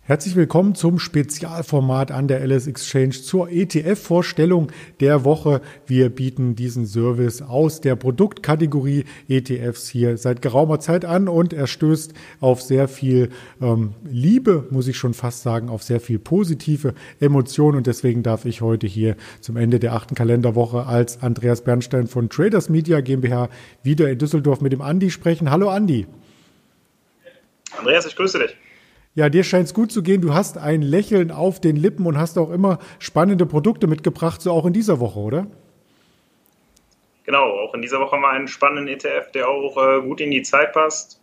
Herzlich willkommen zum Spezialformat an der LS Exchange zur ETF-Vorstellung der Woche. Wir bieten diesen Service aus der Produktkategorie ETFs hier seit geraumer Zeit an und er stößt auf sehr viel Liebe, muss ich schon fast sagen, auf sehr viel positive Emotionen und deswegen darf ich heute hier zum Ende der 8. Kalenderwoche als Andreas Bernstein von Traders Media GmbH wieder in Düsseldorf mit dem Andi sprechen. Hallo Andi. Andreas, ich grüße dich. Ja, dir scheint es gut zu gehen. Du hast ein Lächeln auf den Lippen und hast auch immer spannende Produkte mitgebracht, so auch in dieser Woche, oder? Genau, auch in dieser Woche haben wir einen spannenden ETF, der auch gut in die Zeit passt.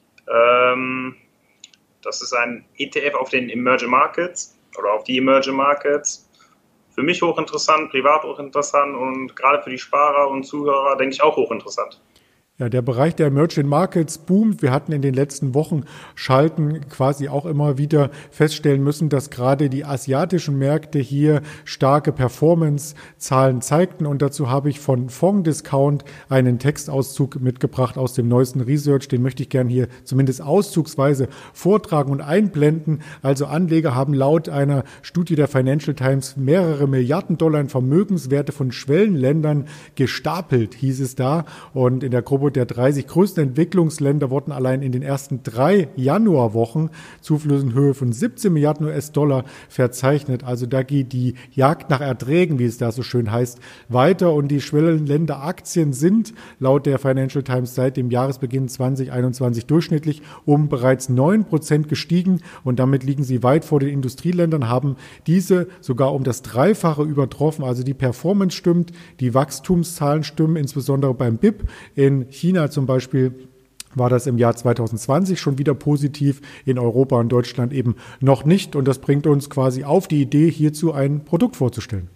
Das ist ein ETF auf den Emerging Markets oder auf die Emerging Markets. Für mich hochinteressant, privat hochinteressant und gerade für die Sparer und Zuhörer, denke ich, auch hochinteressant. Ja, der Bereich der Emerging Markets boomt. Wir hatten in den letzten Wochen Schalten quasi auch immer wieder feststellen müssen, dass gerade die asiatischen Märkte hier starke Performance-Zahlen zeigten. Und dazu habe ich von Fonddiscount einen Textauszug mitgebracht aus dem neuesten Research. Den möchte ich gerne hier zumindest auszugsweise vortragen und einblenden. Also Anleger haben laut einer Studie der Financial Times mehrere Milliarden Dollar in Vermögenswerte von Schwellenländern gestapelt, hieß es da. Und in der Gruppe der 30 größten Entwicklungsländer wurden allein in den ersten 3 Januarwochen Zuflüsse in Höhe von 17 Milliarden US-Dollar verzeichnet. Also da geht die Jagd nach Erträgen, wie es da so schön heißt, weiter. Und die Schwellenländeraktien sind laut der Financial Times seit dem Jahresbeginn 2021 durchschnittlich um bereits 9% gestiegen. Und damit liegen sie weit vor den Industrieländern, haben diese sogar um das Dreifache übertroffen. Also die Performance stimmt, die Wachstumszahlen stimmen, insbesondere beim BIP in China zum Beispiel war das im Jahr 2020 schon wieder positiv, in Europa und Deutschland eben noch nicht. Und das bringt uns quasi auf die Idee, hierzu ein Produkt vorzustellen.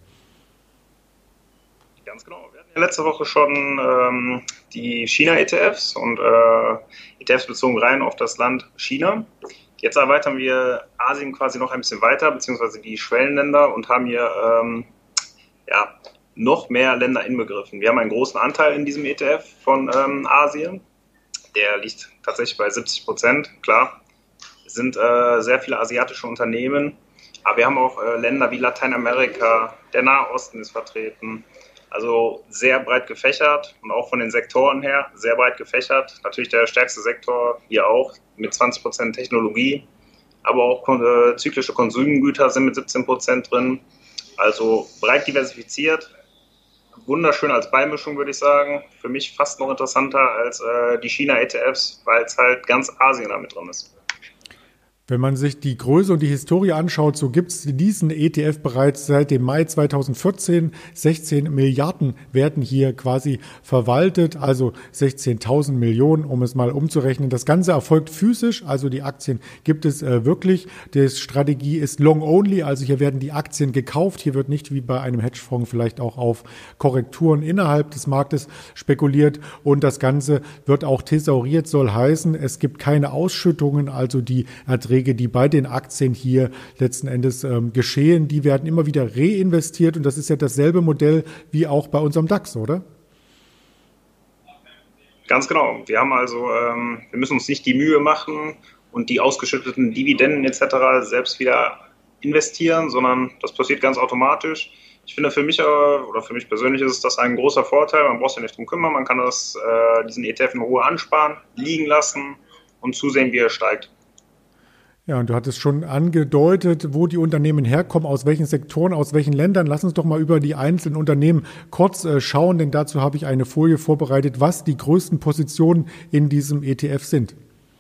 Ganz genau. Wir hatten ja letzte Woche schon die China-ETFs und ETFs bezogen rein auf das Land China. Jetzt erweitern wir Asien quasi noch ein bisschen weiter, beziehungsweise die Schwellenländer und haben hier noch mehr Länder inbegriffen. Wir haben einen großen Anteil in diesem ETF von Asien. Der liegt tatsächlich bei 70%. Klar, es sind sehr viele asiatische Unternehmen, aber wir haben auch Länder wie Lateinamerika, der Nahe Osten ist vertreten. Also sehr breit gefächert und auch von den Sektoren her sehr breit gefächert. Natürlich der stärkste Sektor hier auch mit 20% Technologie, aber auch zyklische Konsumgüter sind mit 17% drin. Also breit diversifiziert. Wunderschön als Beimischung, würde ich sagen. Für mich fast noch interessanter als die China-ETFs, weil es halt ganz Asien damit drin ist. Wenn man sich die Größe und die Historie anschaut, so gibt es diesen ETF bereits seit dem Mai 2014. 16 Milliarden werden hier quasi verwaltet, also 16.000 Millionen, um es mal umzurechnen. Das Ganze erfolgt physisch, also die Aktien gibt es wirklich. Die Strategie ist long only, also hier werden die Aktien gekauft. Hier wird nicht wie bei einem Hedgefonds vielleicht auch auf Korrekturen innerhalb des Marktes spekuliert. Und das Ganze wird auch thesauriert, soll heißen, es gibt keine Ausschüttungen, also die Erträge, die bei den Aktien hier letzten Endes geschehen, die werden immer wieder reinvestiert und das ist ja dasselbe Modell wie auch bei unserem DAX, oder? Ganz genau. Wir haben also, wir müssen uns nicht die Mühe machen und die ausgeschütteten Dividenden etc. selbst wieder investieren, sondern das passiert ganz automatisch. Ich finde für mich oder für mich persönlich ist das ein großer Vorteil. Man braucht sich nicht drum kümmern, man kann diesen ETF in Ruhe ansparen, liegen lassen und zusehen, wie er steigt. Ja, und du hattest schon angedeutet, wo die Unternehmen herkommen, aus welchen Sektoren, aus welchen Ländern. Lass uns doch mal über die einzelnen Unternehmen kurz schauen, denn dazu habe ich eine Folie vorbereitet, was die größten Positionen in diesem ETF sind.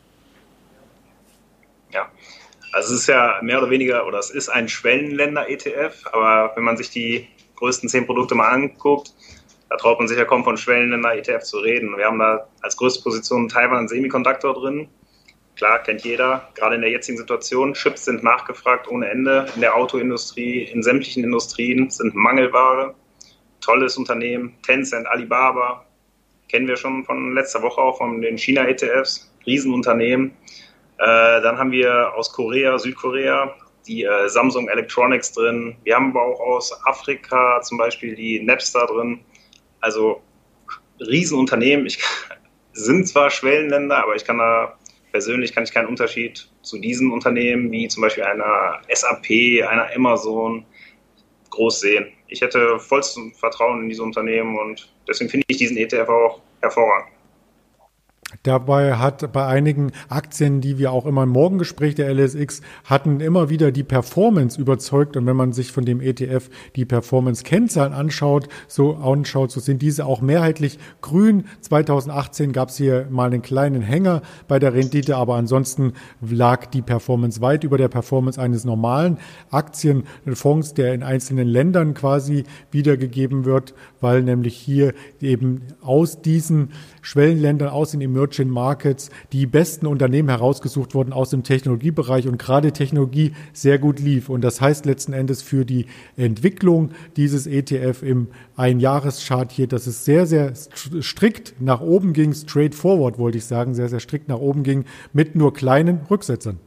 Ja, also es ist ja mehr oder weniger, oder es ist ein Schwellenländer-ETF, aber wenn man sich die größten 10 Produkte mal anguckt, da traut man sich ja kaum von Schwellenländer-ETF zu reden. Wir haben da als größte Position Taiwan Semiconductor drin. Klar, kennt jeder, gerade in der jetzigen Situation. Chips sind nachgefragt ohne Ende. In der Autoindustrie, in sämtlichen Industrien sind Mangelware. Tolles Unternehmen. Tencent, Alibaba, kennen wir schon von letzter Woche auch von den China-ETFs. Riesenunternehmen. Dann haben wir aus Korea, Südkorea, die Samsung Electronics drin. Wir haben aber auch aus Afrika zum Beispiel die Napster drin. Also Riesenunternehmen. Sind zwar Schwellenländer, aber ich kann da persönlich kann ich keinen Unterschied zu diesen Unternehmen, wie zum Beispiel einer SAP, einer Amazon, groß sehen. Ich hätte vollstes Vertrauen in diese Unternehmen und deswegen finde ich diesen ETF auch hervorragend. Dabei hat bei einigen Aktien, die wir auch immer im Morgengespräch der LSX hatten, immer wieder die Performance überzeugt. Und wenn man sich von dem ETF die Performance-Kennzahlen anschaut, so sind diese auch mehrheitlich grün. 2018 gab es hier mal einen kleinen Hänger bei der Rendite, aber ansonsten lag die Performance weit über der Performance eines normalen Aktienfonds, der in einzelnen Ländern quasi wiedergegeben wird, weil nämlich hier eben aus diesen Schwellenländern, aus den Emerging Markets die besten Unternehmen herausgesucht wurden aus dem Technologiebereich und gerade Technologie sehr gut lief. Und das heißt letzten Endes für die Entwicklung dieses ETF im Einjahreschart hier, dass es sehr, sehr strikt nach oben ging, straightforward wollte ich sagen, sehr, sehr strikt nach oben ging, mit nur kleinen Rücksetzern.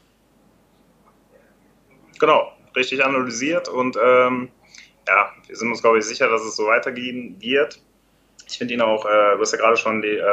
Genau, richtig analysiert und wir sind uns, glaube ich, sicher, dass es so weitergehen wird. Ich finde ihn auch, du hast ja gerade schon die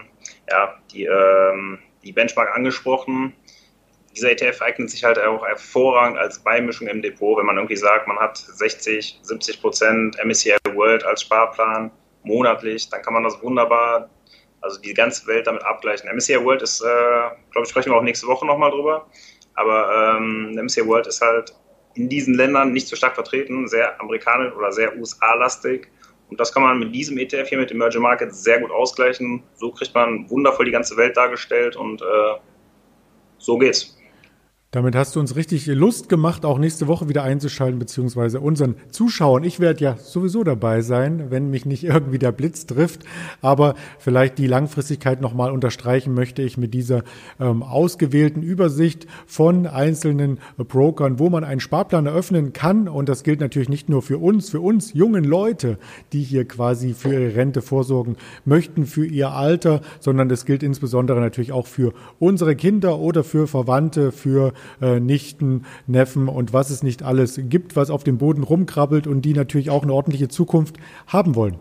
Benchmark angesprochen. Dieser ETF eignet sich halt auch hervorragend als Beimischung im Depot, wenn man irgendwie sagt, man hat 60-70% MSCI World als Sparplan monatlich, dann kann man das wunderbar, also die ganze Welt damit abgleichen. MSCI World ist, glaube ich, sprechen wir auch nächste Woche nochmal drüber, aber MSCI World ist halt in diesen Ländern nicht so stark vertreten, sehr amerikanisch oder sehr USA-lastig. Und das kann man mit diesem ETF hier, mit dem Emerging Markets, sehr gut ausgleichen. So kriegt man wundervoll die ganze Welt dargestellt und so geht's. Damit hast du uns richtig Lust gemacht, auch nächste Woche wieder einzuschalten, beziehungsweise unseren Zuschauern. Ich werde ja sowieso dabei sein, wenn mich nicht irgendwie der Blitz trifft. Aber vielleicht die Langfristigkeit nochmal unterstreichen möchte ich mit dieser ausgewählten Übersicht von einzelnen Brokern, wo man einen Sparplan eröffnen kann. Und das gilt natürlich nicht nur für uns jungen Leute, die hier quasi für ihre Rente vorsorgen möchten, für ihr Alter, sondern das gilt insbesondere natürlich auch für unsere Kinder oder für Verwandte, für Nichten, Neffen und was es nicht alles gibt, was auf dem Boden rumkrabbelt und die natürlich auch eine ordentliche Zukunft haben wollen.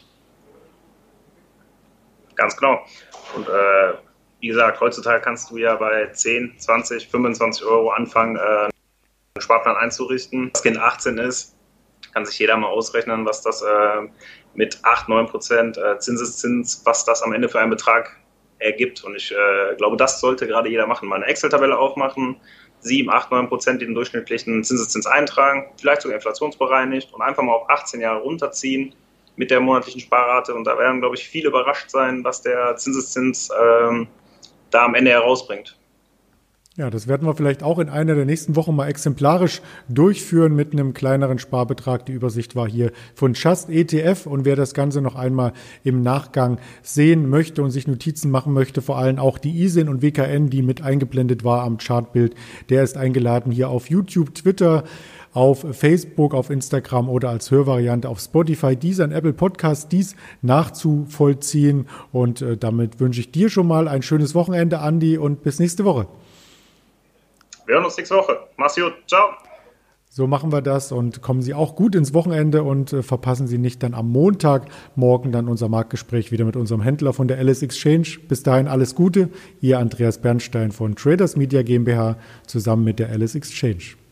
Ganz genau. Und wie gesagt, heutzutage kannst du ja bei 10, 20, 25 Euro anfangen, einen Sparplan einzurichten. Das Kind 18 ist, kann sich jeder mal ausrechnen, was das mit 8-9% Zinseszins, was das am Ende für einen Betrag ergibt. Und ich glaube, das sollte gerade jeder machen. Mal eine Excel-Tabelle aufmachen, 7-8-9% den durchschnittlichen Zinseszins eintragen, vielleicht sogar inflationsbereinigt und einfach mal auf 18 Jahre runterziehen mit der monatlichen Sparrate. Und da werden, glaube ich, viele überrascht sein, was der Zinseszins da am Ende herausbringt. Ja, das werden wir vielleicht auch in einer der nächsten Wochen mal exemplarisch durchführen mit einem kleineren Sparbetrag. Die Übersicht war hier von Just ETF und wer das Ganze noch einmal im Nachgang sehen möchte und sich Notizen machen möchte, vor allem auch die ISIN und WKN, die mit eingeblendet war am Chartbild, der ist eingeladen hier auf YouTube, Twitter, auf Facebook, auf Instagram oder als Hörvariante auf Spotify, Deezer und Apple Podcast, dies nachzuvollziehen. Und damit wünsche ich dir schon mal ein schönes Wochenende, Andi, und bis nächste Woche. Wir hören uns nächste Woche. Mach's gut. Ciao. So machen wir das und kommen Sie auch gut ins Wochenende und verpassen Sie nicht dann am Montagmorgen dann unser Marktgespräch wieder mit unserem Händler von der LS Exchange. Bis dahin alles Gute. Ihr Andreas Bernstein von Traders Media GmbH zusammen mit der LS Exchange.